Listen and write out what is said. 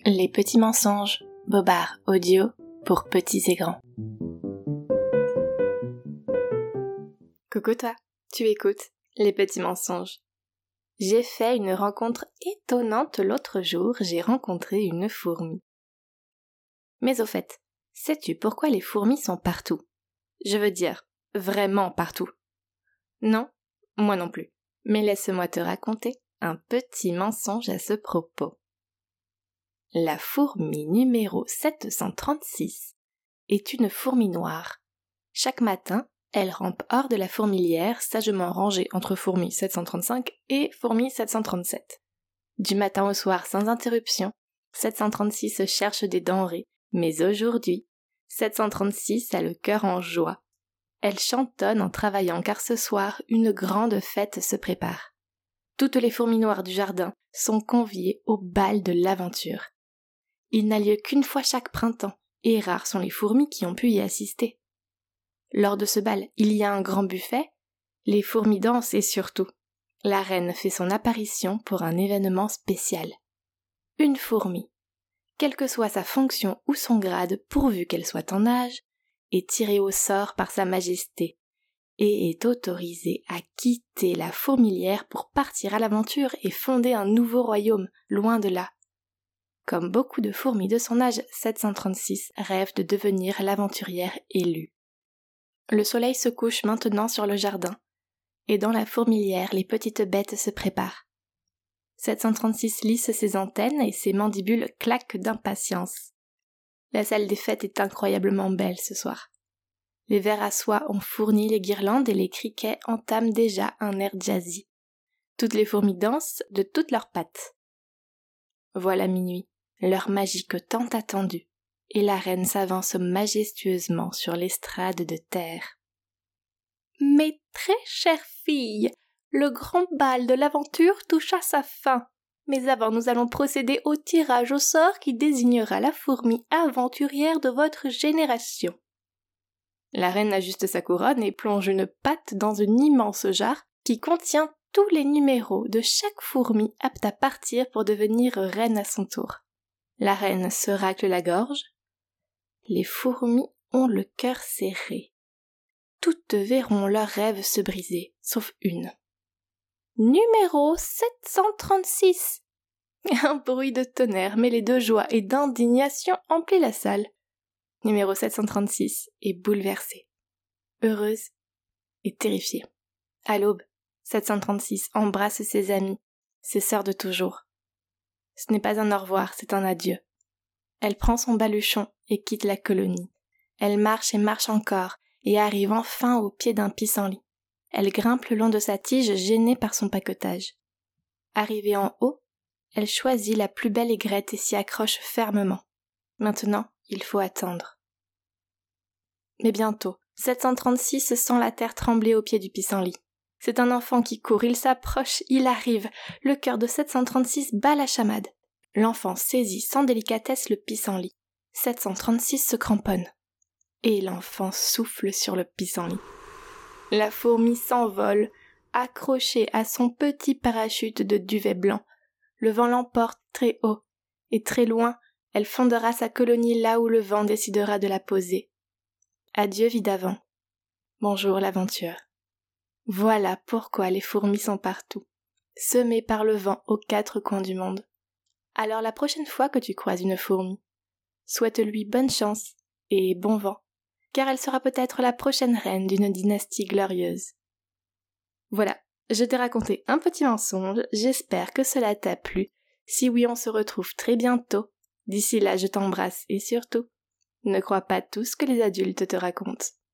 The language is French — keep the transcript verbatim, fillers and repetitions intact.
Les petits mensonges, Bobard audio pour petits et grands. Coucou toi, tu écoutes Les petits mensonges. J'ai fait une rencontre étonnante l'autre jour, j'ai rencontré une fourmi. Mais au fait, sais-tu pourquoi les fourmis sont partout? Je veux dire, vraiment partout. Non, moi non plus. Mais laisse-moi te raconter un petit mensonge à ce propos. La fourmi numéro sept cent trente-six est une fourmi noire. Chaque matin, elle rampe hors de la fourmilière, sagement rangée entre fourmi sept cent trente-cinq et fourmi sept cent trente-sept. Du matin au soir sans interruption, sept cent trente-six cherche des denrées, mais aujourd'hui, sept cent trente-six a le cœur en joie. Elle chantonne en travaillant car ce soir, une grande fête se prépare. Toutes les fourmis noires du jardin sont conviées au bal de l'aventure. Il n'a lieu qu'une fois chaque printemps, et rares sont les fourmis qui ont pu y assister. Lors de ce bal, il y a un grand buffet, les fourmis dansent et surtout, la reine fait son apparition pour un événement spécial. Une fourmi, quelle que soit sa fonction ou son grade, pourvu qu'elle soit en âge, est tirée au sort par sa majesté et est autorisée à quitter la fourmilière pour partir à l'aventure et fonder un nouveau royaume, loin de là. Comme beaucoup de fourmis de son âge, sept cent trente-six rêve de devenir l'aventurière élue. Le soleil se couche maintenant sur le jardin, et dans la fourmilière, les petites bêtes se préparent. sept cent trente-six lisse ses antennes et ses mandibules claquent d'impatience. La salle des fêtes est incroyablement belle ce soir. Les vers à soie ont fourni les guirlandes et les criquets entament déjà un air jazzy. Toutes les fourmis dansent de toutes leurs pattes. Voilà minuit. L'heure magique tant attendue, et la reine s'avance majestueusement sur l'estrade de terre. « Mes très chères filles, le grand bal de l'aventure touche à sa fin. Mais avant, nous allons procéder au tirage au sort qui désignera la fourmi aventurière de votre génération. » La reine ajuste sa couronne et plonge une patte dans une immense jarre qui contient tous les numéros de chaque fourmi apte à partir pour devenir reine à son tour. La reine se racle la gorge. Les fourmis ont le cœur serré. Toutes verront leurs rêves se briser, sauf une. Numéro sept cent trente-six. Un bruit de tonnerre mêlé de joie et d'indignation emplit la salle. Numéro sept cent trente-six est bouleversée, heureuse et terrifiée. À l'aube, sept cent trente-six embrasse ses amis, ses sœurs de toujours. Ce n'est pas un au revoir, c'est un adieu. Elle prend son baluchon et quitte la colonie. Elle marche et marche encore et arrive enfin au pied d'un pissenlit. Elle grimpe le long de sa tige gênée par son paquetage. Arrivée en haut, elle choisit la plus belle aigrette et s'y accroche fermement. Maintenant, il faut attendre. Mais bientôt, sept cent trente-six sent la terre trembler au pied du pissenlit. C'est un enfant qui court, il s'approche, il arrive. Le cœur de sept cent trente-six bat la chamade. L'enfant saisit sans délicatesse le pissenlit. sept cent trente-six se cramponne. Et l'enfant souffle sur le pissenlit. La fourmi s'envole, accrochée à son petit parachute de duvet blanc. Le vent l'emporte très haut. Et très loin, elle fondera sa colonie là où le vent décidera de la poser. Adieu vie d'avant. Bonjour l'aventure. Voilà pourquoi les fourmis sont partout, semées par le vent aux quatre coins du monde. Alors la prochaine fois que tu croises une fourmi, souhaite-lui bonne chance et bon vent, car elle sera peut-être la prochaine reine d'une dynastie glorieuse. Voilà, je t'ai raconté un petit mensonge, j'espère que cela t'a plu. Si oui, on se retrouve très bientôt. D'ici là, je t'embrasse et surtout, ne crois pas tout ce que les adultes te racontent.